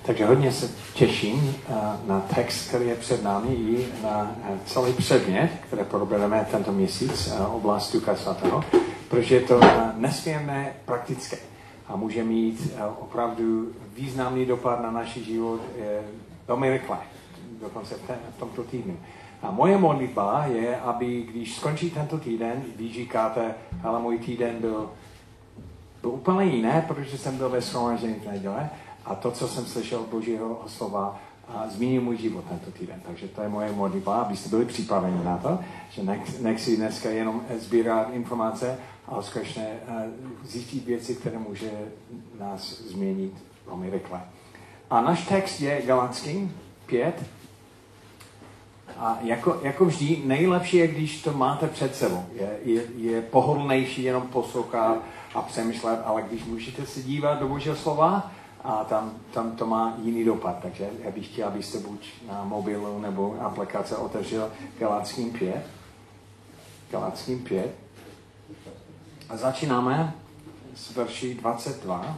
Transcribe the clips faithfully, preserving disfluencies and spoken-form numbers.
Takže hodně se těším na text, který je před námi, i na celý předmět, který probereme tento měsíc, oblast Ducha Svatého, protože je to nesmírně praktické a může mít opravdu významný dopad na náš život velmi rychle, dokonce v tomto týdnu. A moje modlitba je, aby když skončí tento týden, vy říkáte, ale můj týden byl, byl úplně jiný, protože jsem byl ve shromáždění v neděle, a to, co jsem slyšel od Božího slova, změnil můj život tento týden. Takže to je moje modlitba, abyste byli připraveni na to, že nechci dneska jenom sbírat informace, ale skutečně zjistit věci, které může nás změnit velmi rychle. A náš text je Galatským pět. A jako, jako vždy, nejlepší je, když to máte před sebou. Je, je, je pohodlnější jenom poslouchat a přemýšlet, ale když můžete se dívat do Božího slova, a tam, tam to má jiný dopad. Takže já bych chtěl, abyste buď na mobilu nebo aplikace otevřel Galatským pět. Galatským pět. A začínáme s verší dvacet dva.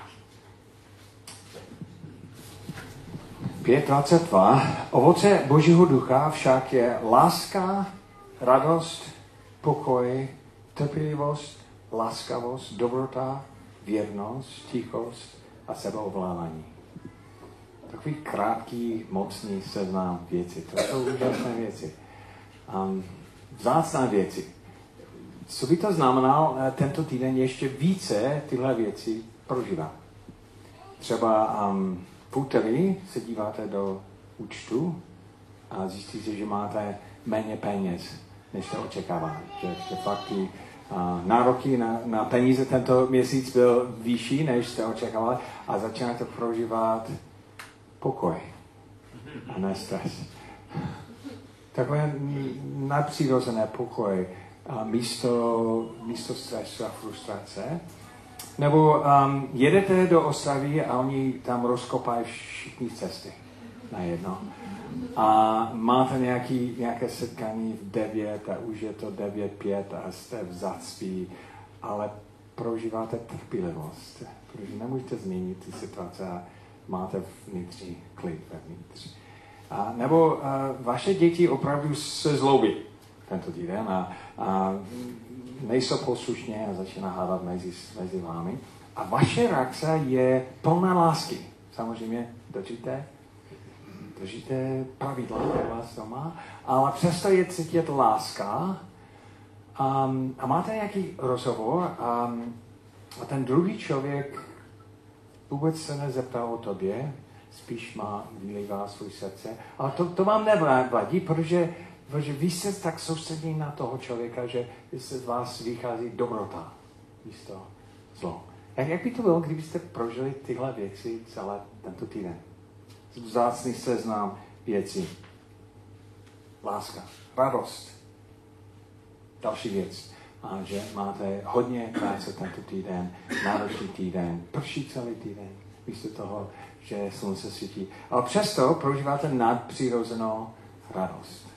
pět dvacet dva. Ovoce Božího ducha však je láska, radost, pokoj, trpělivost, laskavost, dobrota, věrnost, tichost a sebeovládání. Takový krátký, mocný seznam věcí. To jsou úžasné věci. Um, vzácné věci. Co by to znamenalo tento týden ještě více tyhle věci prožívat? Třeba um, v úterý se díváte do účtu a zjistíte, že máte méně peněz, než jste očekávali. Že, že fakt ty uh, nároky na, na peníze tento měsíc byl vyšší, než jste očekávali a začínáte prožívat pokoj a ne stres. Takové nadpřirozené pokoj a místo, místo stresu a frustrace. Nebo um, jedete do Ostravy a oni tam rozkopají všichni cesty najedno. A máte nějaký, nějaké setkání v devět a už je to devět pět a jste v zacpí, ale prožíváte trpělivost, protože nemůžete změnit ty situace a máte vnitřní klid vevnitř. A nebo uh, vaše děti opravdu se zlobí tento týden a, a nejsou poslušně a začíná hádat mezi, mezi vámi. A vaše reakce je plná lásky. Samozřejmě držíte, držíte pravidla u vás doma, ale přesto je cítit láska. Um, a máte nějaký rozhovor um, a ten druhý člověk vůbec se nezeptá o tobě, spíš má vylívá svůj srdce. Ale to, to vám nevadí, protože Protože vy jste tak soustředěni na toho člověka, že se z vás vychází dobrota místo zlo. Jak, jak by to bylo, kdybyste prožili tyhle věci celé tento týden? Vzácný seznam věcí. Láska, radost. Další věc. A že máte hodně práce tento týden, náročný týden, prší celý týden, místo toho, že slunce svítí. Ale přesto prožíváte nadpřirozenou radost.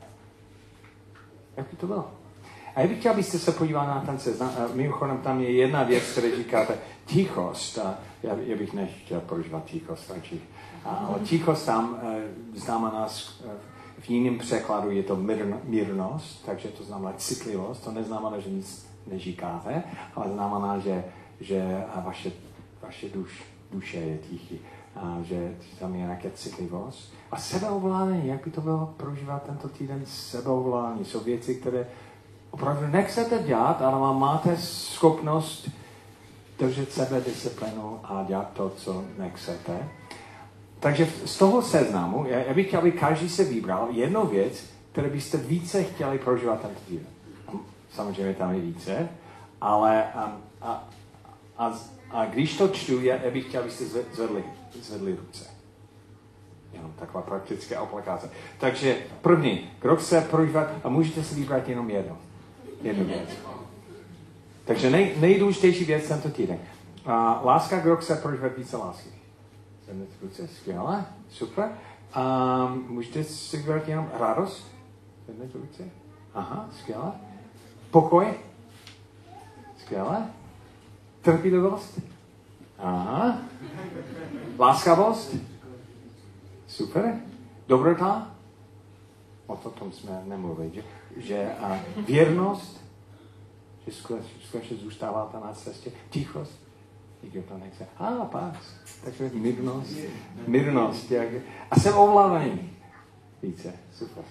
Jak by to bylo? A já bych chtěl, abyste se podívali na ten seznam. Mimochodem, tam je jedna věc, které říkáte tichost. A já, já bych nechtěl prožívat tichost, takže, ale tichost tam znamená, v jiném překladu je to mírnost, takže to znamená citlivost. To neznamená, že nic neříkáte, ale znamená, že, že vaše, vaše duš, duše je tichý. A že tam je nějaká citlivost. A sebeovládání, jak by to bylo prožívat tento týden sebeovládání? Jsou věci, které opravdu nechcete dělat, ale máte schopnost držet sebedisciplinu a dělat to, co nechcete. Takže z toho seznamu, já bych chtěl, aby každý se vybral jednu věc, které byste více chtěli prožívat tento týden. Samozřejmě tam je více, ale a, a, a, a když to čtu, já bych chtěl, abyste zvedli, zvedli ruce. Jenom taková praktická aplikace. Takže první, kdo chce prožívat, a můžete si vybrat jenom jedno. Jednu věc. Takže nej, nejdůležitější věc tento týden. A láska, kdo chce prožívat více lásky. Zvednete ruce, skvěle, super. A můžete si vybrat jenom radost. Zvednete ruce. Aha, skvěle. Pokoj. Skvěle. Trpělivost. Aha. Láskavost? Super. Dobrota? O tom jsme nemluvili, že, že a věrnost, že skutečně zůstáváte na cestě. Tichost? Nikdo to nechce. A ah, pás. Takže mírnost. Mírnost. Jak... A jsem ovládaný. Více. Super.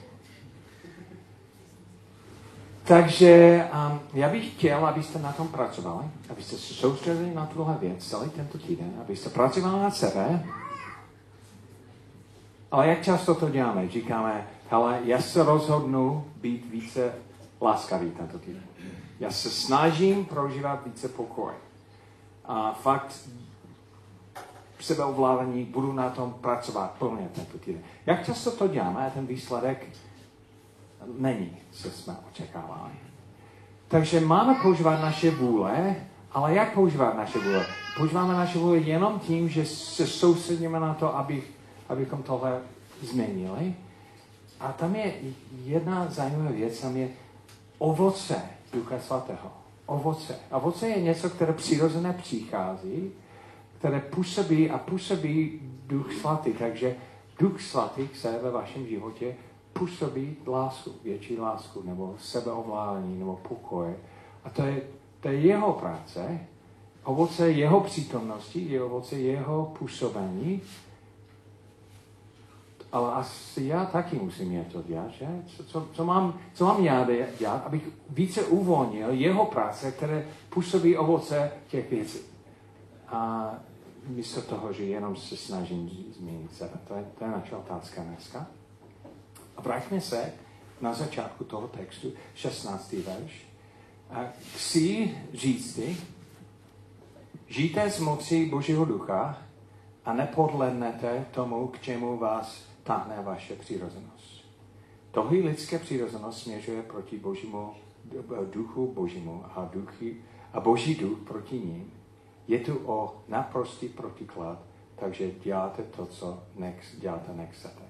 Takže um, já bych chtěl, abyste na tom pracovali, abyste se soustředili na tuhle věc celý tento týden, abyste pracovali na sebe. Ale jak často to děláme? Říkáme, hele, já se rozhodnu být více láskavý tento týden. Já se snažím prožívat více pokoj. A fakt sebeovládání, budu na tom pracovat plně tento týden. Jak často to děláme a ten výsledek není, co jsme očekávali. Takže máme používat naše vůle, ale jak používat naše vůle? Používáme naše vůle jenom tím, že se soustředíme na to, aby, abychom tohle změnili. A tam je jedna zajímavá věc, tam je ovoce Ducha Svatého. Ovoce. Ovoce je něco, které přirozeně přichází, které působí a působí Duch Svatý. Takže Duch Svatý chce ve vašem životě působí lásku, větší lásku, nebo sebeovládání, nebo pokoj. A to je, to je jeho práce, ovoce jeho přítomnosti, je ovoce jeho působení. Ale asi já taky musím něco dělat, že? Co, co, co, mám, co mám já dělat, abych více uvolnil jeho práce, které působí ovoce těch věcí. A místo toho, že jenom se snažím změnit sebe. To je, to je naše otázka dneska. A vraťme se na začátku toho textu, šestnáctý verš. A chci říct ti, žijte z moci Božího ducha a nepodhlédnete tomu, k čemu vás táhne vaše přirozenost. Tohle lidské přirozenost směřuje proti Božímu duchu Božímu a, duchy, a Boží duch proti ním. Je tu o naprostý protiklad, takže děláte to, co nech, děláte nechcete.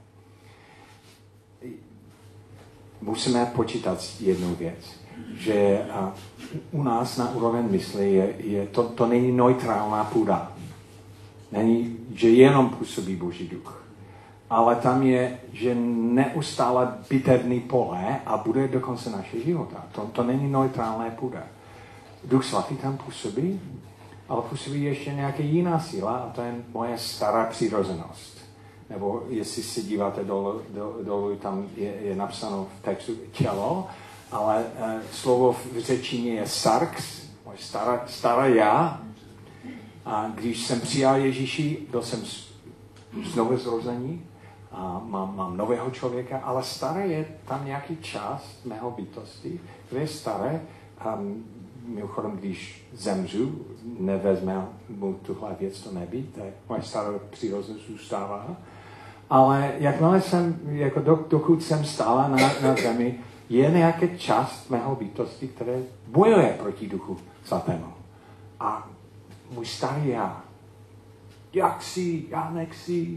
Musíme počítat jednu věc, že u nás na úroveň mysli je, je to, to není neutrální půda. Není, že jenom působí Boží duch. Ale tam je, že neustále bitevný pole a bude do konce našeho života. To, to není neutrální půda. Duch Svatý tam působí, ale působí ještě nějaká jiná síla a to je moje stará přirozenost. Nebo jestli se díváte dolů, dolů tam je, je napsáno v textu tělo, ale uh, slovo v řečtině je sarx, moje stará, stará já. A když jsem přijal Ježíši, byl jsem znovu zrození a mám, mám nového člověka, ale staré je tam nějaký část mého bytosti, které je staré. A mimochodem, když zemřu, nevezme mu tuhle věc to nebýt, to je moje stará přirozenost zůstává. Ale jakmile jsem, jako do, dokud jsem stála na, na zemi, je nějaká část mého bytosti, které bojuje proti Duchu Svatému. A můj starý já, jak si, já nechci,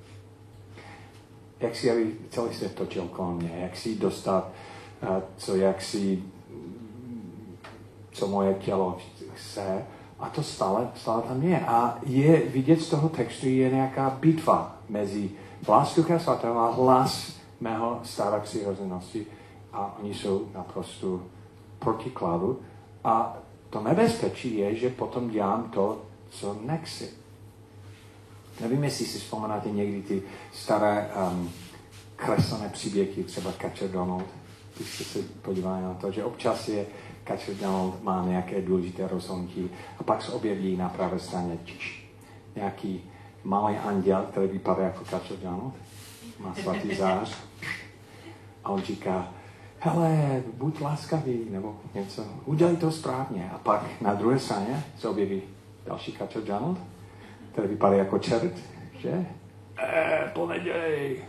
jak si, aby celý svět točil kolem mě, jak si dostat, co, jak si, co moje tělo chce. A to stále, stále tam je. A je vidět z toho textu, je nějaká bitva mezi hlas Ducha Svatého a hlas mého staré přirozenosti. A oni jsou naprosto protikladu. A to nebezpečí je, že potom dělám to, co nechci. Nevím, jestli si vzpomínáte někdy ty staré um, kreslené příběhy, třeba Kačer Donald. Když jste se podívali na to, že občas je Kačer Donald má nějaké důležité rozhodnutí a pak se objeví na pravé straně čiš, nějaký malý anděl, který vypadá jako Kačer Donald, má svatý zář a on říká, hele, buď láskavý, nebo něco, udělej to správně. A pak na druhé straně se objeví další Kačer Donald, který vypadá jako čert, že? Eh, to nedělej.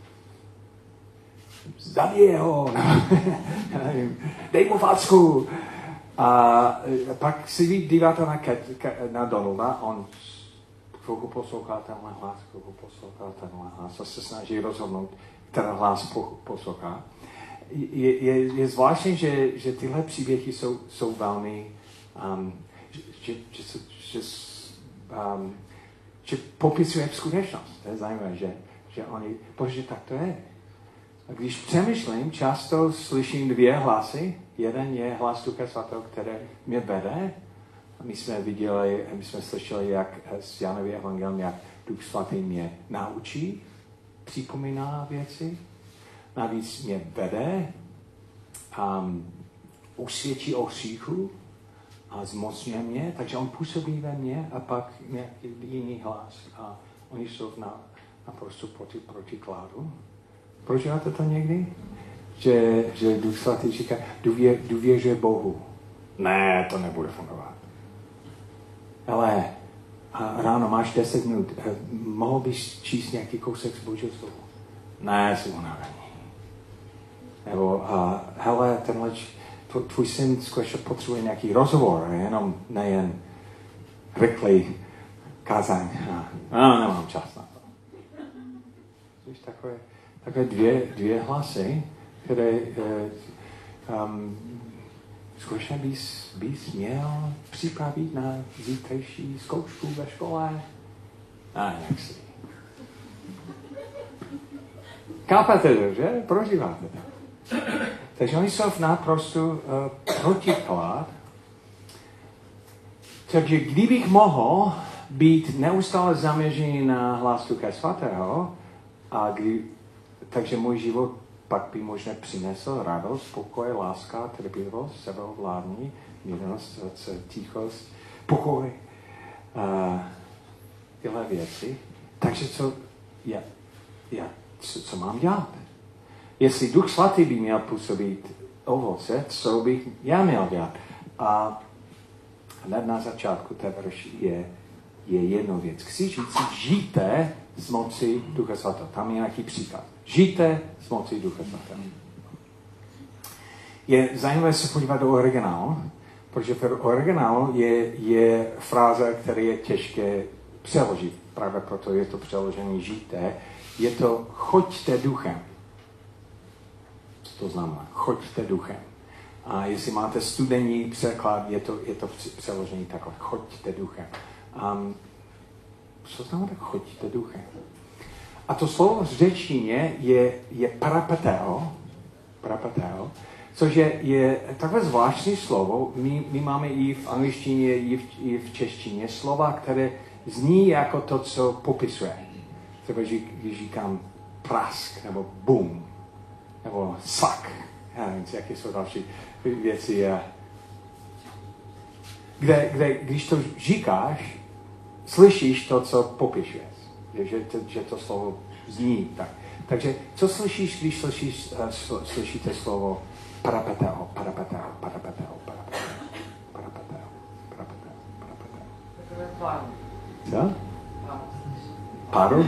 Zabij ho. Dej mu facku. A pak si vy díváte na, na Donalda, on chvilku poslouchá tenhle hlas, chvilku poslouchá tenhle hlas a se snaží rozhodnout, který hlas poslouchá. Je, je, je zvláštní, že, že tyhle příběhy jsou, jsou velmi, um, že, že, že, že um, že popisuje skutečnost. To je zajímavé, že, že oni, protože tak to je. A když přemýšlím, často slyším dvě hlasy. Jeden je hlas Ducha Svatého, který mě vede. A my jsme viděli, my jsme slyšeli, jak z Janovy evangelium, jak Duch Svatý mě naučí, připomíná věci. Navíc mě vede, um, usvědčí o hříchu a zmocňuje mě, takže on působí ve mně a pak nějaký jiný hlas. A oni jsou na, naprosto proti, protikladu. Prožíváte to někdy? Že, že Duch Svatý říká, důvě, důvěřuje Bohu. Ne, to nebude fungovat. Ale a ráno máš deset minut, mohl bys číst nějaký kousek z Božího slova? Ne, jsem unavený. Nebo, a, hele, tenhle, tvůj syn skutečně potřebuje nějaký rozhovor, jenom nejen rychlej kázání. No, nemám čas na to. Víš, takové, takové dvě, dvě hlasy, které um, skutečně bys, bys měl připravit na zítřejší zkoušku ve škole. A nechci. Kápete to, že? Prožíváte to. Takže oni jsou v naprosto uh, protiklad. Takže kdybych mohl být neustále zaměřený na hlas Ducha Svatého, a kdy, takže můj život pak by možná přinesl radost, pokoj, láska, trpělivost, sebeovládání, mírnost, tichost, pokoj, uh, tyhle věci. Takže co, já, já, co, co mám dělat? Jestli Duch Svatý by měl působit ovoce, co bych já měl dělat? A hned na začátku té verši je, je jedno věc. Chci říct, žijte z moci Ducha Svatého. Tam je nějaký příklad. Žijte z moci Ducha Svatého. Je zajímavé se podívat do originálu, protože v originálu je, je fráze, která je těžké přeložit. Právě proto je to přeložení žijte. Je to choďte duchem. Co to znamená? Choďte duchem. A jestli máte studijní překlad, je to, je to přeložení takhle. Choďte duchem. Um, co znamená choďte duchem? A to slovo v řečtině je, je parapeteo, parapeteo, což je, je takové zvláštní slovo. My, my máme i v angličtině, i v, i v češtině slova, které zní jako to, co popisuje. Třeba když říkám prask, nebo boom, nebo sak. Já nevím, jaké jsou další věci. Kde, kde, když to říkáš, slyšíš to, co popisuješ. Že to, že to slovo zní tak. Takže co slyšíš, když slyšíš, uh, sl, slyšíte slovo parapeteo, parapeteo, parapeteo, parapeteo, parapeteo, parapeteo, parapeteo. Takové páru. Co? Páru?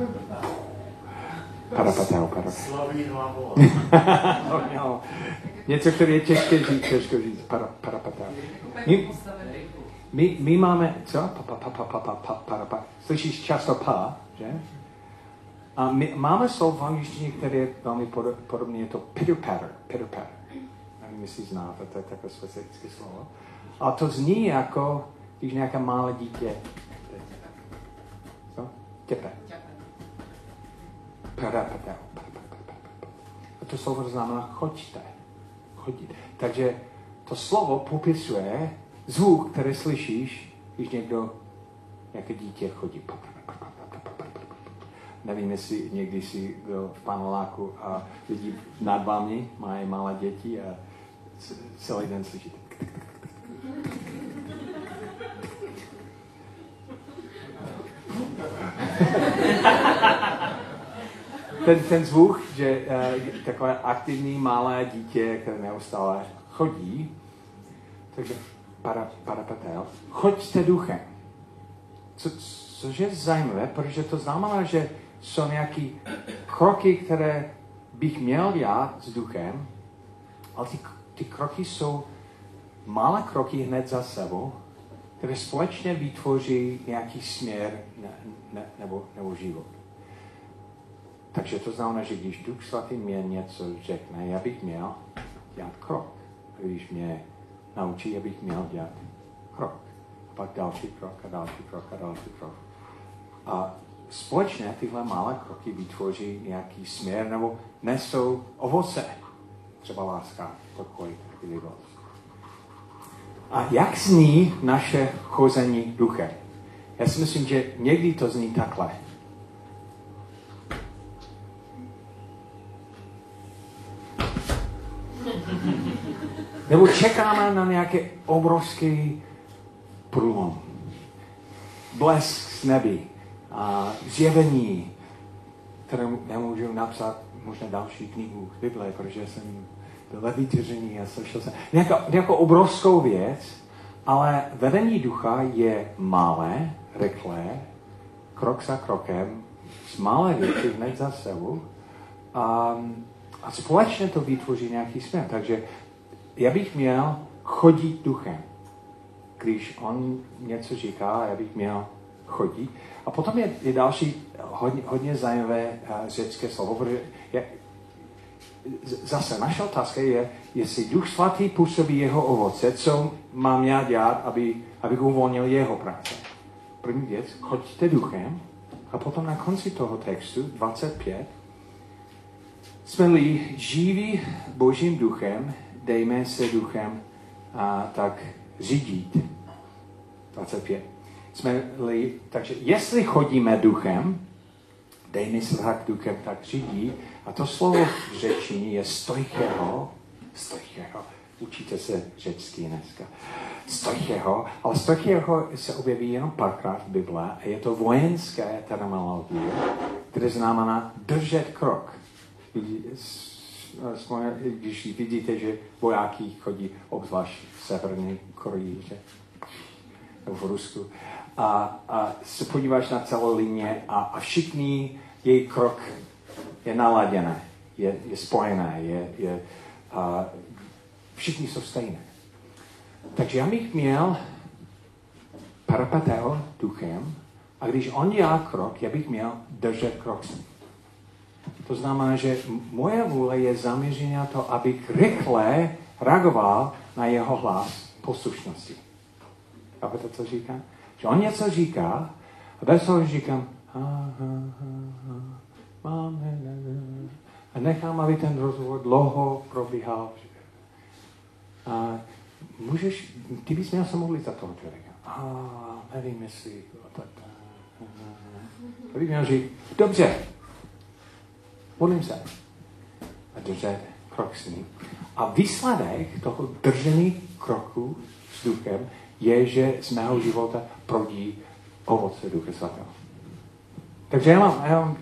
Parapeteo, parapeteo. Slavný hlavo. No, něco, které je těžké říct, těžké říct, para, parapeteo. My, my, my máme, co? Pa, pa, pa, pa, pa, pa, pa, pa, pa. Slyšíš často pa, že? A my máme slovo v angličtině, které je velmi podobné, je to pitter-patter, pitter-patter. Nevím, jestli znáte, to je takové specifické slovo. A to zní jako, když nějaké malé dítě, co? Těpe. Parapeteo. A to slovo znamená choďte. Chodit. Takže to slovo popisuje zvuk, který slyšíš, když někdo, nějaké dítě chodí. Nevím, jestli někdy jsi byl v paneláku a lidi nad vámi mají malé děti a celý den slyšíte. Ten, ten zvuk, že uh, takové aktivní malé dítě, které neustále chodí, takže para, parapeteo, choďte duchem. Co, což je zajímavé, protože to znamená, že jsou nějaké kroky, které bych měl dělat s duchem, ale ty, ty kroky jsou malé kroky hned za sebou, které společně vytvoří nějaký směr ne, ne, nebo, nebo život. Takže to znamená, že když Duch Svatý mě něco řekne, já bych měl dělat krok. A když mě naučí, já bych měl dělat krok. a pak další krok a další krok a další krok. A společně tyhle malé kroky vytvoří nějaký směr nebo nesou ovoce. Třeba láska, pokoj, trpělivost. A jak zní naše chození duchem? Já si myslím, že někdy to zní takhle. Nebo čekáme na nějaký obrovský průlom. Blesk z nebi. A zjevení, které já můžu napsat možná další knihu z Bible, protože jsem byl ve vytěžení a slyšel jsem nějakou, nějakou obrovskou věc, ale vedení ducha je malé, rychlé, krok za krokem, z malé věci hned za sebou a, a společně to vytvoří nějaký směr. Takže já bych měl chodit duchem. Když on něco říká, já bych měl chodit. A potom je, je další hodně, hodně zajímavé uh, řecké slovo, protože je, zase naše otázka je, jestli Duch Svatý působí jeho ovoce, co mám já dělat, aby, abych uvolnil jeho práce. První věc, choďte duchem a potom na konci toho textu, dvacet pět, jsme-li živí Božím duchem, dejme se duchem a tak řídit. dvacet pět. Jsme-li, takže jestli chodíme duchem, dejme se tak duchem tak řídí, a to slovo v řečtině je stoicheo, stoicheo, učíte se řecky dneska, stoicheo, ale stoicheo se objeví jenom párkrát v Bible a je to vojenské terminologie, které znamená držet krok. Když vidíte, že vojáky chodí obzvlášť v severní Koreji, že? Nebo v Rusku, a, a se podíváš na celou linie a, a všichni jejich krok je naladěné, je, je spojené, je, je, a všichni jsou stejné. Takže já bych měl perpeteo duchem a když on dělá krok, já bych měl držet krok. To znamená, že moje vůle je zaměřená na to, abych rychle reagoval na jeho hlas poslušnosti. Chápete, co říkám? Že on něco říká a bez toho říkám ha, ha, ha, ha. Máme, ne, ne. A nechám, aby ten rozhovor dlouho probíhal. A můžeš, ty bys měl se modlit za toho člověka. A nevím, jestli... To bych měl říct, dobře, modlím se. A držet krok s ním. A výsledek toho držení kroku s duchem je, že z mého života prodí ovoce Ducha Svatého. Takže já mám, já mám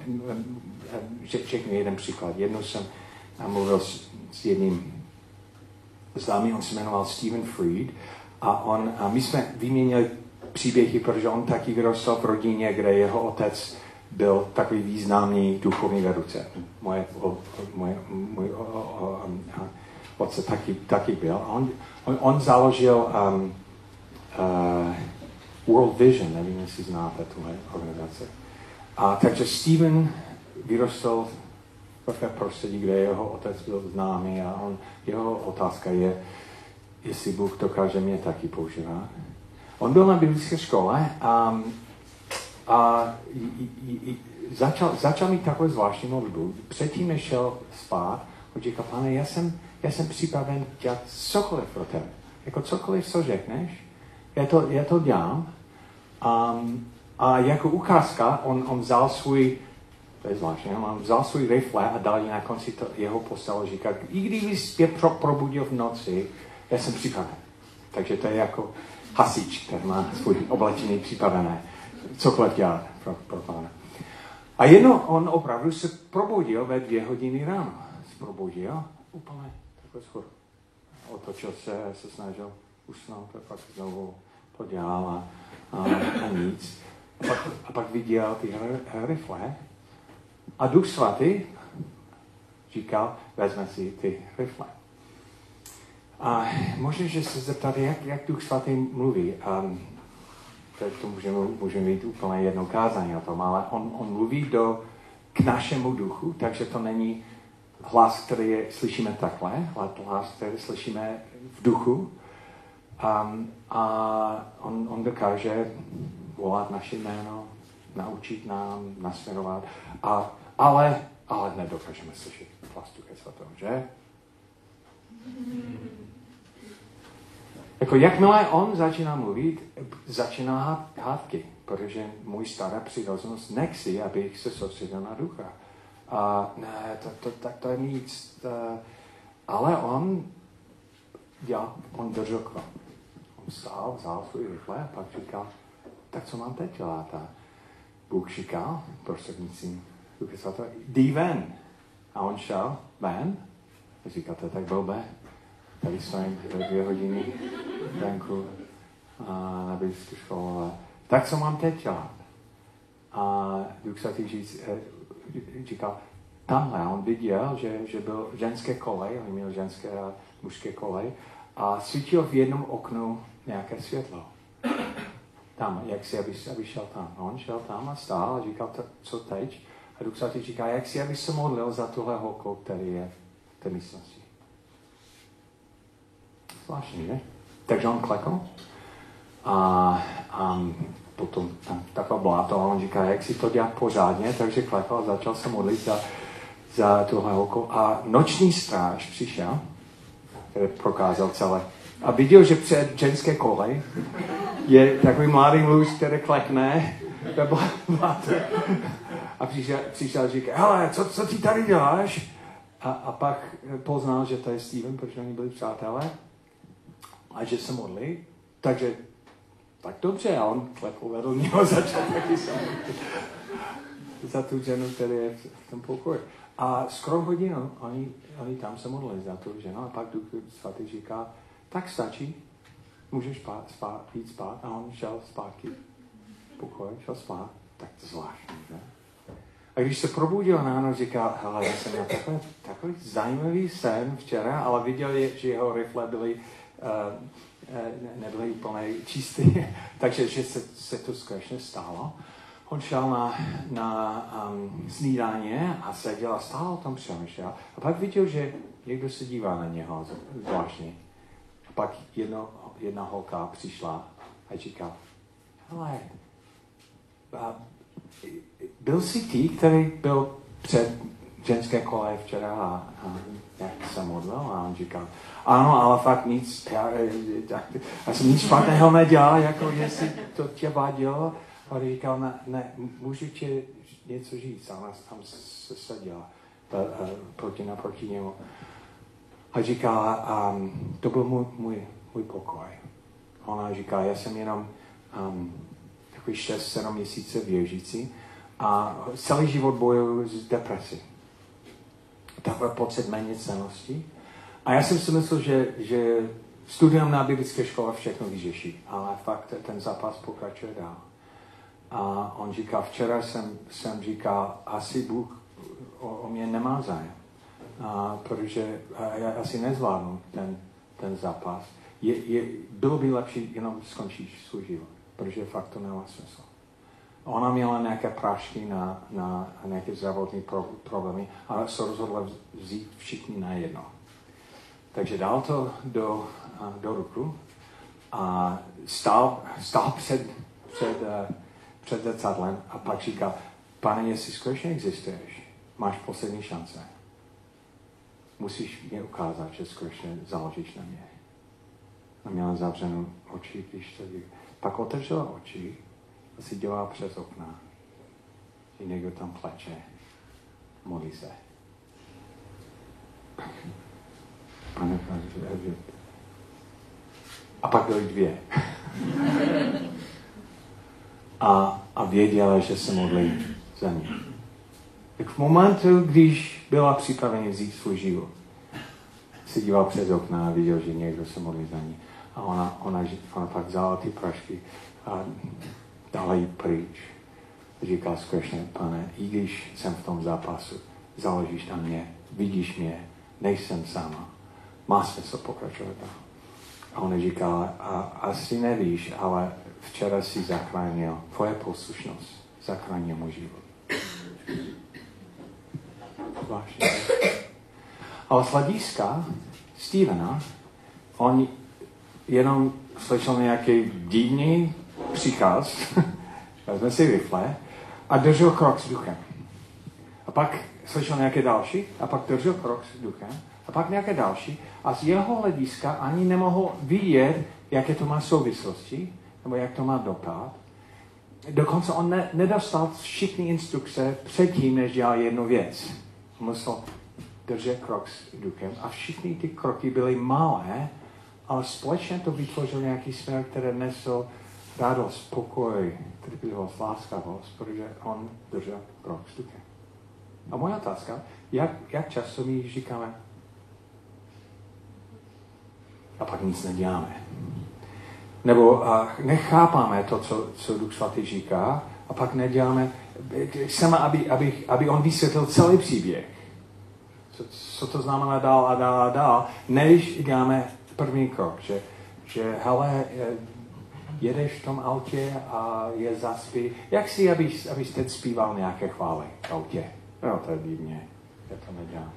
řeknu jeden příklad. Jednou jsem mluvil s, s jedním známým, on se jmenoval Stephen Fried a, on, a my jsme vyměnili příběhy, protože on taky vyrostl v rodině, kde jeho otec byl takový významný duchovní vedoucí. Moje, moje, můj otec taky, taky byl. A on, on, on založil um, uh, World Vision, nevím, jestli znáte tuhle organizaci. A takže Stephen vyrostl v takové prostředí, kde jeho otec byl známý a on, jeho otázka je, jestli Bůh dokáže mě taky používat. On byl na biblické škole a, a i, i, i, začal, začal mít takovou zvláštní modlitbu. Předtím, než šel spát, on říkal, Pane, já jsem, já jsem připraven dělat cokoliv pro tebe. Jako cokoliv, co řekneš, já to, já to dělám. Um, a jako ukázka, on, on vzal svůj, to je zvláštní, on vzal svůj rifle a dal ji na konci to, jeho postele, říká, i kdyby je pro, probudil v noci, já jsem připraven. Takže to je jako hasič, který má svůj oblečení připravené, cokoliv dělat pro, pro Pána. A jedno, on opravdu se probudil ve dvě hodiny ráno. Se probudil úplně takhle skoro. Otočil se, se snažil usnout a pak znovu to dělal a, a, a nic. A pak, a pak viděl ty rifle a Duch Svatý říkal, vezme si ty rifle. A možná, že se zeptáte, jak, jak Duch Svatý mluví. Um, to můžeme, můžeme mít úplně jedno kázání o tom, ale on, on mluví do, k našemu duchu, takže to není hlas, který je, slyšíme takhle, ale hlas, který slyšíme v duchu. Um, a on, on dokáže volat naše jméno, naučit nám, nasměrovat, a, ale, ale nedokážeme slyšet hlas Ducha Svatého, že? Jako jakmile on začíná mluvit, začíná hádky, protože můj stará přirozenost nechci, abych se soustředil na Ducha. A ne, to, to, tak to je nic. To, ale on, já, on držel krok. On stál, vzal svůj rifle a pak říkal, tak co mám teď dělat? A Bůh říkal, prostřednictvím Ducha Svatého, jdi ven. A on šel ven a říkal, to je tak blbé. Tady stojím dvě hodiny venku na biblickou školu. Tak co mám teď dělat? A Duch Svatý říkal, tamhle, on viděl, že, že byl ženské kolej, on měl ženské a mužské kolej, a svítil v jednom oknu nějaké světlo. Tam, jak si, aby, aby šel tam. A on šel tam a stál a říkal, co teď? A Duch Svatý říká, jak si, aby se modlil za tuhle holku, který je v té místnosti. Zvláštní, ne? Takže on klekl a, a potom tam taková bláto a on říká, jak si to dělat pořádně, takže klekl a začal se modlit za, za tuhle holku. A noční stráž přišel, který prokázal celé. A viděl, že před ženské kolej je takový mladý muž, který klekne ve bláto. A přišel, přišel a říká, hele, co, co ty tady děláš? A, a pak poznal, že to je Steven, protože oni byli přátelé. A že se modlí, takže tak dobře, a on klepl vedl něho, začal taky se modlit za tu ženu, která je v tom pokoji. A skoro hodinu oni, oni tam se modlili za tu ženu a pak Duch Svatý říká, tak stačí, můžeš spát, spát, jít spát. A on šel zpátky v pokoji, šel spát, tak to zvláštní, ne? A když se probudil ráno, říkal, hele, já jsem měl takový, takový zajímavý sen včera, ale viděl, že jeho rifle byly Uh, ne, nebyly úplně čistý, takže že se, se to skutečně stalo. On šel na, na um, snídaně a seděl a stále o tom přemýšlel. A pak viděl, že někdo se dívá na něho zvláštně. A pak jedno, jedna holka přišla a říkala, hele, byl jsi ty, který byl před ženské koleji včera a, a jak se modlil? A on říkal, ano, ale fakt nic, já, já, já jsem nic špatného nedělal, jako jestli to tě vadilo. A říkal, ne, ne, můžu ti něco říct. A ona tam se seděla proti naproti němu. A říkala, um, to byl můj, můj, můj pokoj. Ona říká, já jsem jenom um, takový šest sedm měsíce věřící a celý život bojuju s depresí. Takový pocit méněcennosti. A já jsem si myslel, že, že studium na biblické škole všechno vyřeší, ale fakt ten zápas pokračuje dál. A on říká, včera jsem, jsem říkal, asi Bůh o, o mě nemá zájem, a, protože a já asi nezvládnu ten, ten zápas. Je, je, bylo by lepší jenom skončit svůj život, protože fakt to nemá smysl. Ona měla nějaké prášky na, na nějaké zdravotní pro, problémy a se rozhodla vzít všichni najednou. Takže dal to do, do ruku a stál, stál před, před, před zrcadlem a pak říkal, Pane, jestli skutečně existuješ, máš poslední šance. Musíš mě ukázat, že skutečně záležíš na mě. A měla zavřenou oči, když to dělá. Pak otevřela oči a si dělá přes okna. Že někdo tam plače, modlí se. Pane, a pak byly dvě. a, a věděla, že se modlí za ně. Tak v momentu, když byla připravena vzít svůj život, se díval přes okna a viděl, že někdo se modlí za ní. A ona, ona, ona pak vzala ty prašky a dala jí pryč. Říkala skutečně, Pane, i když jsem v tom zápasu, záležíš na mě, vidíš mě, nejsem sama. Má smysl pokračovat. A on říkal, a asi nevíš, ale včera si zachránil, tvoje poslušnost zachránil můj život. Zvláštně. Ale z hlediska Stevena, on jenom slyšel nějaký divný příkaz, vezme si rifle a držel krok s duchem. A pak slyšel nějaké další a pak držel krok s duchem a pak nějaké další a z jeho hlediska ani nemohl vidět, jaké to má souvislosti nebo jak to má dopad. Dokonce on ne, nedostal všechny instrukce předtím, než dělal jednu věc. Musel držet krok s duchem a všechny ty kroky byly malé, ale společně to vytvořil nějaký směr, který nesl radost, pokoj, trpělivost, láskavost, protože on držel krok s duchem. A moje otázka, jak, jak často my říkáme a pak nic neděláme. Nebo uh, nechápáme to, co, co Duch Svatý říká, a pak neděláme, chceme, aby, aby, aby on vysvětlil celý příběh. Co, co to znamená dál a dál a dál, než děláme první krok, že, že hele, jedeš v tom autě a je zaspí. Jak si, abys, abys teď zpíval nějaké chvály v autě? No, to je divně, já to nedělám.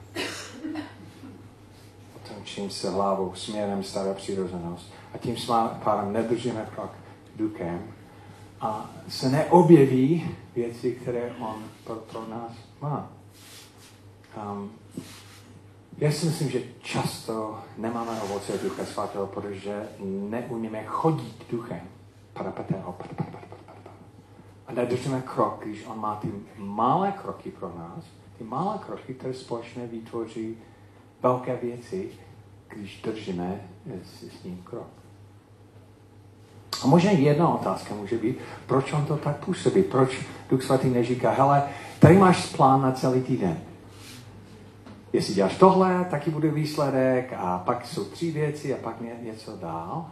Čím se hlavou směrem stará přirozenost. A tím pádem nedržíme krok duchem a se neobjeví věci, které on pro, pro nás má. Um, já si myslím, že často nemáme ovoce Ducha Svatého, protože neumíme chodit duchem. A nedržíme krok, když on má ty malé kroky pro nás, ty malé kroky, které společně vytvoří velké věci, když držíme s, s ním krok. A možná jedna otázka může být, proč on to tak působí, proč Duch Svatý neříká, hele, tady máš plán na celý týden. Jestli děláš tohle, taky bude výsledek a pak jsou tři věci a pak ně, něco dál.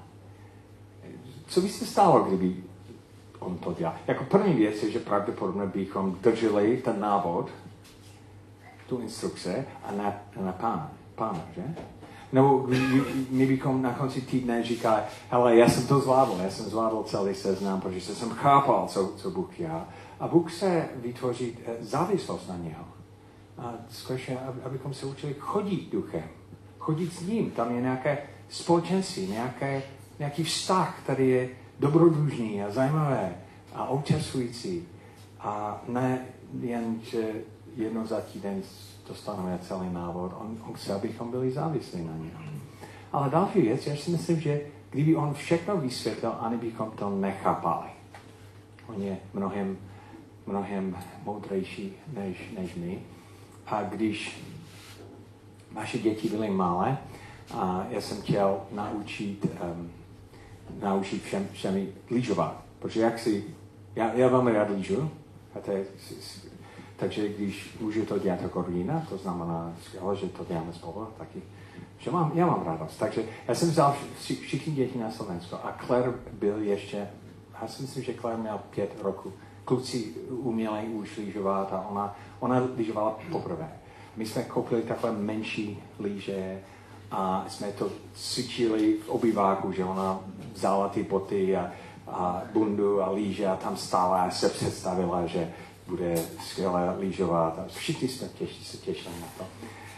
Co by se stalo, kdyby on to dělal? Jako první věc je, že pravděpodobně bychom drželi ten návod, tu instrukce a na, na pána, pána, že? Nebo my, my bychom na konci týdne říkali, hele, já jsem to zvládl, já jsem zvládl celý seznam, protože jsem chápal, co, co Bůh dělá. A Bůh se vytvoří závislost na něho. A skutečně, abychom se učili chodit duchem, chodit s ním. Tam je nějaké společenství, nějaké, nějaký vztah, který je dobrodružný a zajímavé a občerstvující. A ne jen, že jednou za týden dostaneme celý návod. On, on chce, abychom byli závislí na něm. Ale další věc, já si myslím, že kdyby on všechno vysvětlil, ani bychom to nechápali. On je mnohem, mnohem moudřejší než, než my. A když naše děti byly malé, a já jsem chtěl naučit, um, naučit všem, všemi lyžovat. Protože jak si, já, já velmi rád lyžu, a to je, takže když můžu to dělat jako rodina, to znamená, že to děláme spolu, taky, že mám, já mám radost. Takže já jsem vzal všichni děti na Slovensko a Claire byl ještě, já si myslím, že Claire měl pět roku. Kluci uměli už lyžovat a ona, ona lyžovala poprvé. My jsme koupili takové menší lyže a jsme to cvičili v obyváku, že ona vzala ty boty a, a bundu a lyže a tam stála a se představila, že bude skvěle lyžovat a všichni jsme těši, se těšili na to.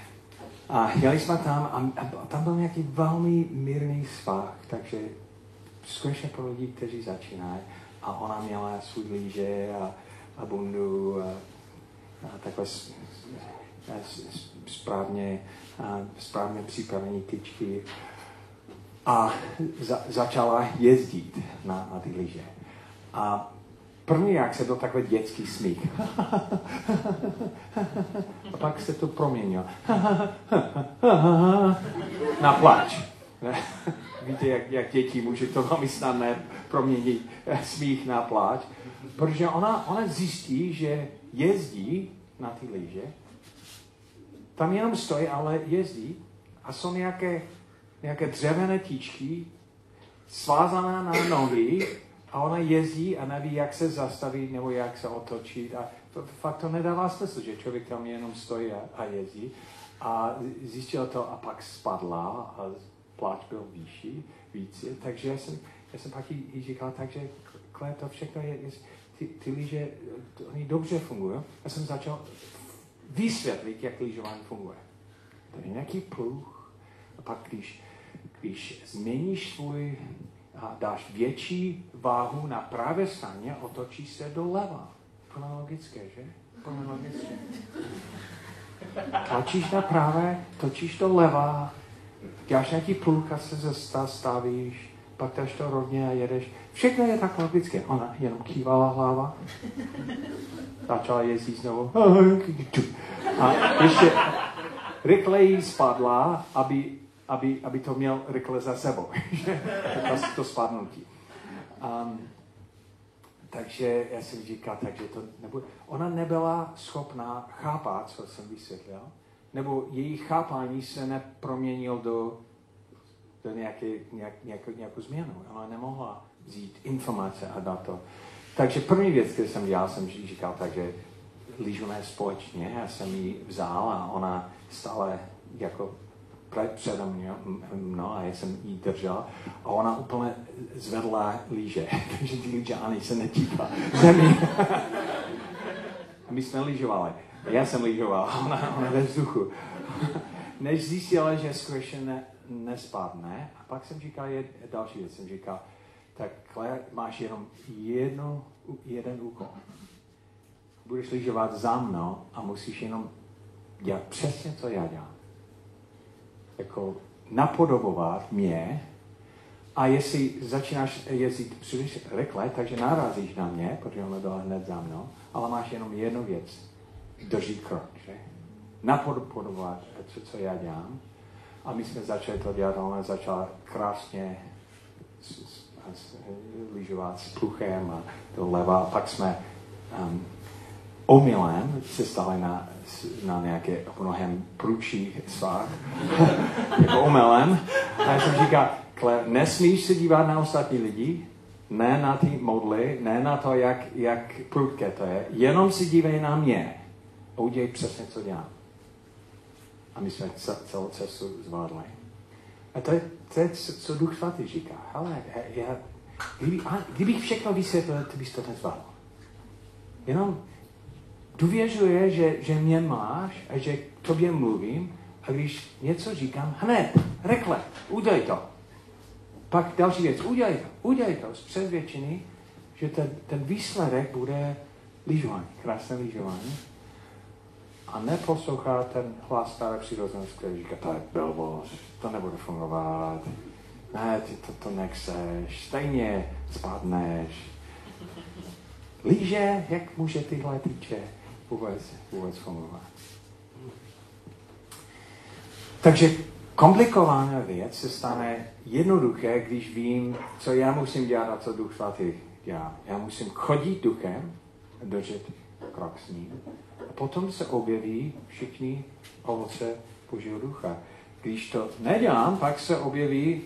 A jeli jsme tam a, a tam byl nějaký velmi mírný svah, takže skutečně pro lidi, kteří začínají. A ona měla svůj lyže a, a bundu a, a takové správně, a správně připravené tyčky. A za, začala jezdit na, na ty lyže. A první reakce byl takový dětský smích. A pak se to proměnilo. Na pláč. Víte, jak, jak děti může to velmi snadné proměnit smích na pláč. Protože ona, ona zjistí, že jezdí na ty lyže. Tam jenom stojí, ale jezdí. A jsou nějaké, nějaké dřevěné tyčky svázané na nohy. A ona jezdí a neví, jak se zastavit nebo jak se otočit. A to, fakt to nedává smysl, že člověk tam jenom stojí a, a jezdí. A zjistila to a pak spadla a pláč byl výšší, více. Takže já jsem, já jsem pak jí říkal, takže Claire, to všechno je, je ty, ty lyže, oni dobře fungují. Já jsem začal vysvětlit, jak lyžování funguje. To je nějaký pluh a pak když, když změníš svůj a dáš větší váhu na pravé straně, otočíš se doleva. Plně logické, že? Plně logické. Tlačíš na pravé, točíš doleva, děláš nějaký půlka, se zastavíš, pak dáš to rovně a jedeš. Všechno je tak logické. Ona jenom kývala hlava, začala jezdit znovu. A ještě rychleji spadla, aby, aby, aby to měl rychle za sebou. to, to spadnutí. Um, takže já jsem říkal, takže to nebude. Ona nebyla schopná chápat, co jsem vysvětlil, nebo její chápání se neproměnil do, do nějaké, nějak, nějakou, nějakou změnu. Ona nemohla vzít informace a dát to. Takže první věc, kterou jsem dělal, jsem říkal, takže lyžujeme společně, já jsem ji vzal a ona stále jako přede mě, no a já jsem jí držel a ona úplně zvedla lyže, takže ty lyže ani se netýká zemí. My jsme lyžovali, já jsem lyžoval, ona, ona ve vzduchu. Než zjistila, že skutečně ne, nespadne, a pak jsem říkal je, další věc, jsem říkal, tak Claire, máš jenom jedno, jeden úkol. Budeš lyžovat za mnou a musíš jenom dělat přesně, co já dělám. Jako napodobovat mě a jestli začínáš jezdit příliš rychle, takže narazíš na mě, protože ona byla hned za mnou, ale máš jenom jednu věc. Drží krok, že? Napodobovat to, co já dělám. A my jsme začali to dělat a ona začala krásně lyžovat s pluchem a doleva. A pak jsme um, omylem se stali na, na nějaké mnohem prudší svách. jako omylem. A já jsem říkal, Claire, nesmíš se dívat na ostatní lidi, ne na ty modly, ne na to, jak, jak prudké to je, jenom si dívej na mě a udělej přesně, co dělám. A my jsme celou cestu zvládli. A to je, to je co Duch Svatý říká. Hele, já, kdyby, a, kdybych všechno vysvětlil, ty bys to nezvládl. Jenom důvěřuje, že, že mě máš a že k tobě mluvím a když něco říkám, hned, rychle, udělej to. Pak další věc, udělej to, udělej to z přesvědčení, že ten, ten výsledek bude lyžování, krásné lyžování. A neposlouchá ten hlas staré přirozenosti, který říká, to je blbost, to nebude fungovat, ne, ty to, to nechceš, stejně spadneš. Líže, jak může tyhle týče vůbec, vůbec fungovat. Takže komplikovaná věc se stane jednoduché, když vím, co já musím dělat a co Duch Svatý dělá. Já musím chodit duchem, držet krok s ním. A potom se objeví všichni ovoce Božího ducha. Když to nedělám, pak se objeví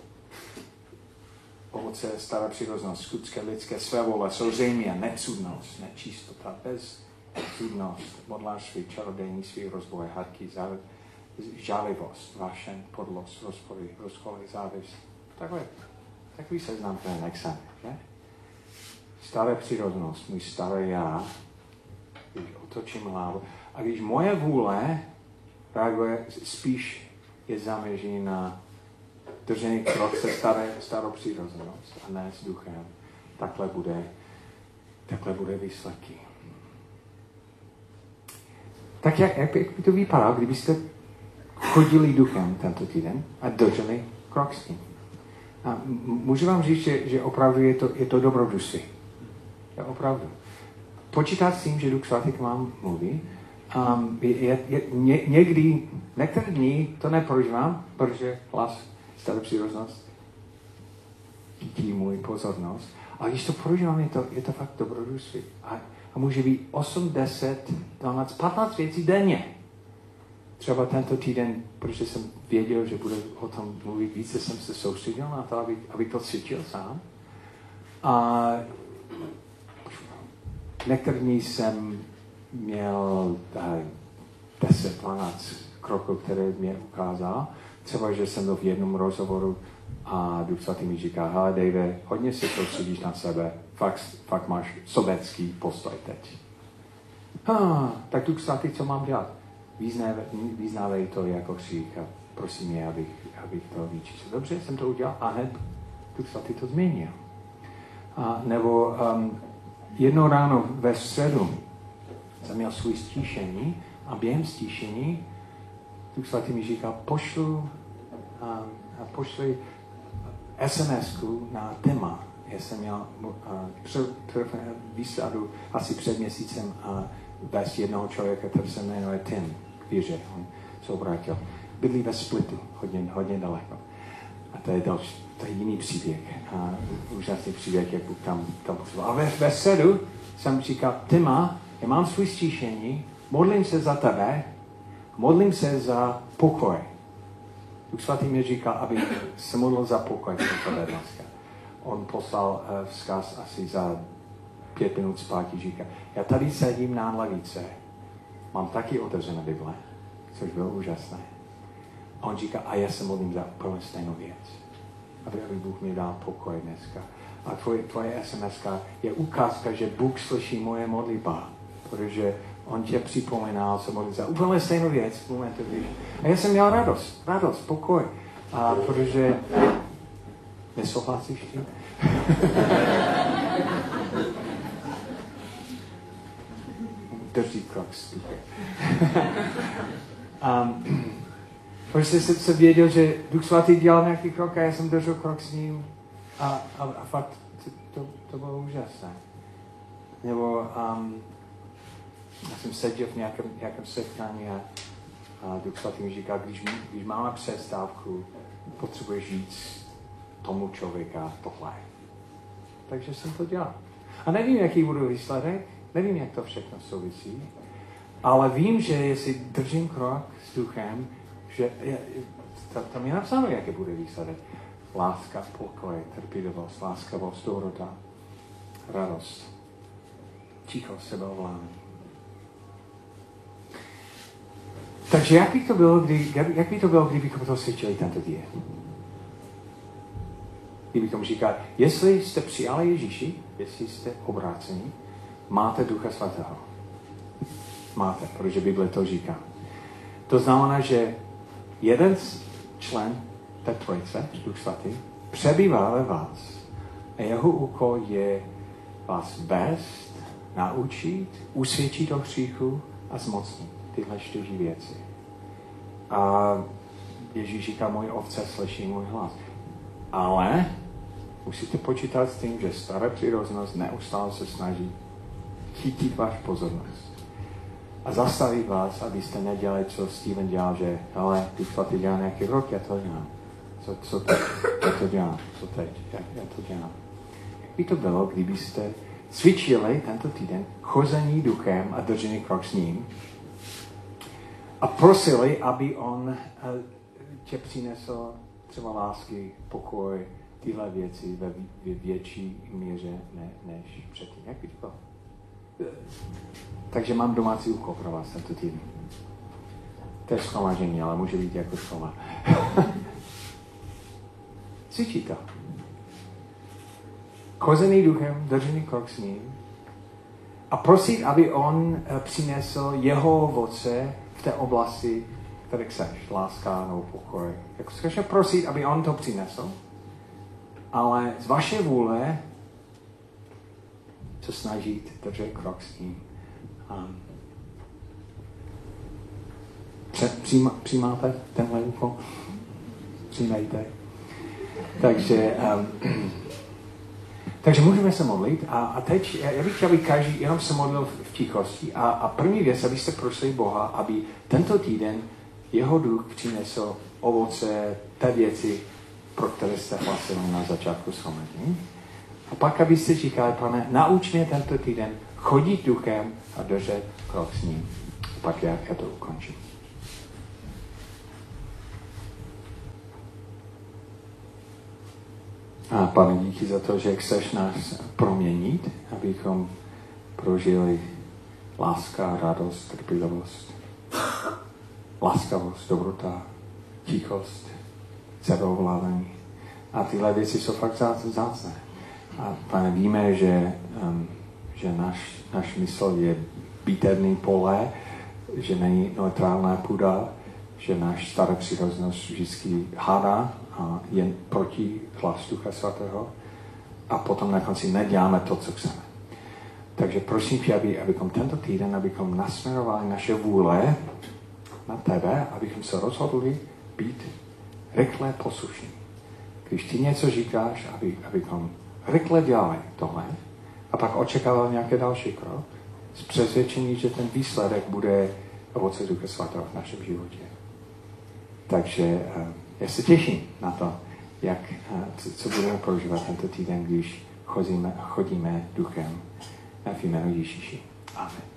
ovoce staré přirozenost, skutské lidské svévole, souřemí, necudnost, nečistota, bezcudnost, modlářství, čarodějnictví, rozboj, hadky, závěr, žálivost, vášeň, podlost, rozpory, rozkoly, závist. Takhle, takový seznam, který nechceme, že? Staré přirozenost, můj staré já, když otočím hlavu. A když moje vůle reaguje, spíš je zaměří na držení krok se staré, starou přirozenost a ne s duchem, takhle bude, takhle bude výsledky. Tak jak, jak, jak by to vypadalo, kdybyste chodili duchem tento týden a drželi krok s ním? A můžu vám říct, že, že opravdu je to, je to dobrodružství. Je opravdu. Počítat s tím, že Duch Svatý k vám mluví. Um, je, je, je, ně, někdy, některé dny to neprožívám, protože hlas, stará přirozenost, chytí můj pozornost. Ale když to prožívám, je to, je to fakt dobrodružství. A, a může být osm, deset, dvanáct, patnáct věcí denně. Třeba tento týden, protože jsem věděl, že bude o tom mluvit více, jsem se soustředil na to, abych, abych to cítil sám. A některé dny jsem měl deset, dvanáct kroků, které mě ukázal. Třeba, že jsem byl v jednom rozhovoru a Duch Svatý mi říká, hele Dave, hodně se soustředíš na sebe, fakt, fakt máš sobecký postoj teď. Ah, tak Duch Svatý, co mám dělat? Význávej to jako křích a prosím mě, abych, abych to vyčistil. Dobře, jsem to udělal a hned Duch Svatý to změnil. A, nebo um, jedno ráno ve středu jsem měl svůj stíšení a během stíšení Duch Svatý mi říkal, pošlu, um, pošli es em esku na téma. Já jsem měl uh, výsadu asi před měsícem uh, vést jednoho člověka, který se jmenuje Tim, víře, on se obrátil. Bydlí ve Splitu, hodně, hodně daleko. A to je další, to je jiný příběh. A úžasný příběh, jak Bůh tam, tam působil. A ve, ve středu jsem říkal, Tima, já mám svůj stíšení, modlím se za tebe, modlím se za pokoj. Duch Svatý mi říkal, aby se modlil za pokoj pro tebe dneska. On poslal uh, vzkaz asi za pět minut zpátky, říká, já tady sedím na lavice, mám taky otevřené Bible, což bylo úžasné. A on říká, a já se modlím za úplně stejnou věc, aby, aby Bůh mi dal pokoj dneska. A tvoje, tvoje es em eska je ukázka, že Bůh slyší moje modlitba, protože on tě připomínal se modlit za úplně stejnou věc v momentu, když... A já jsem měl radost, radost, pokoj, a protože... Nesouhlasíš tím? Drží krok s duchem. um, protože jsem se věděl, že Duch Svatý dělal nějaký krok a já jsem držel krok s ním a, a, a fakt to, to, to bylo úžasné. Nebo um, já jsem seděl v nějakém, nějakém setkání a, a Duch Svatý mi říká, když, když máme přestávku, potřebuješ říct tomu člověka tohle. Takže jsem to dělal. A nevím, jaký bude výsledek, nevím, jak to všechno souvisí, ale vím, že jestli držím krok s duchem, že je, tam je napsáno, jaký bude výsledek. Láska, pokoj, trpělivost, láskavost, dobrota, radost, tichost, sebeovládání. Takže jak by to bylo, kdy, jak by to bylo, kdybychom to svědčili tento den? Kdybychom říkali, jestli jste přijali Ježíši, jestli jste obráceni, máte Ducha Svatého. Máte, protože Bible to říká. To znamená, že jeden člen té trojice, Duch Svatý, přebývá ve vás. A jeho úkol je vás vést, naučit, usvědčit o hříchu a zmocnit tyhle čtyři věci. A Ježíš říká, moje ovce slyší můj hlas. Ale musíte počítat s tím, že stará přirozenost neustále se snaží chytit váš pozornost. A zastavit vás, abyste nedělali, co Steven dělal, že ale Duch Svatý dělá nějaký rok, já to dělám. Co, co teď? Já to dělám. Co teď? Já, já to dělám. Jak by to bylo, kdybyste cvičili tento týden chození duchem a držení krok s ním a prosili, aby on tě přinesl třeba lásky, pokoj, tyhle věci ve větší míře ne, než předtím. Jak by to bylo? Takže mám domácí úkol pro vás tento týden. To je shromáždění, ale může být jako škola. Cvičí to. Chozený duchem, držený krok s ním a prosit, aby on přinesl jeho ovoce v té oblasti, které chceš, láska nebo pokoj. Jako skutečně prosit, aby on to přinesl, ale z vaše vůle se snažit držet krok s ním. Um, přijma, přijímáte tenhle úkol? Přijmejte. Takže, um, takže můžeme se modlit a, a teď já bych chtěl, aby každý jenom se modlil v, v tichosti a, a první věc, abyste prosili Boha, aby tento týden jeho duch přinesl ovoce, té věci, pro které jste hlasili na začátku shromáždění. A pak, abyste říkali, pane, nauč mě tento týden chodit duchem a držet krok s ním. Pak já, já to ukončím. A pane, díky za to, že chceš nás proměnit, abychom prožili láska, radost, trpělivost, láskavost, dobrota, tichost, sebeovládání. A tyhle věci jsou fakt vzácné. A pane, víme, že, um, že náš, náš mysl je bitevný pole, že není neutrální půda, že náš stará přirozenost vždycky hádá a je proti hlas Ducha Svatého a potom na konci neděláme to, co chceme. Takže prosím tě, aby, abychom tento týden, abychom nasměrovali naše vůle na tebe, abychom se rozhodli být rychle poslušní. Když ty něco říkáš, aby, abychom rychle dělali tohle a pak očekávali nějaké další krok s přesvědčení, že ten výsledek bude ovoce Ducha Svatého v našem životě. Takže uh, já se těším na to, jak, uh, co, co budeme prožívat tento týden, když chodíme, chodíme duchem v jménu Ježíši. Amen.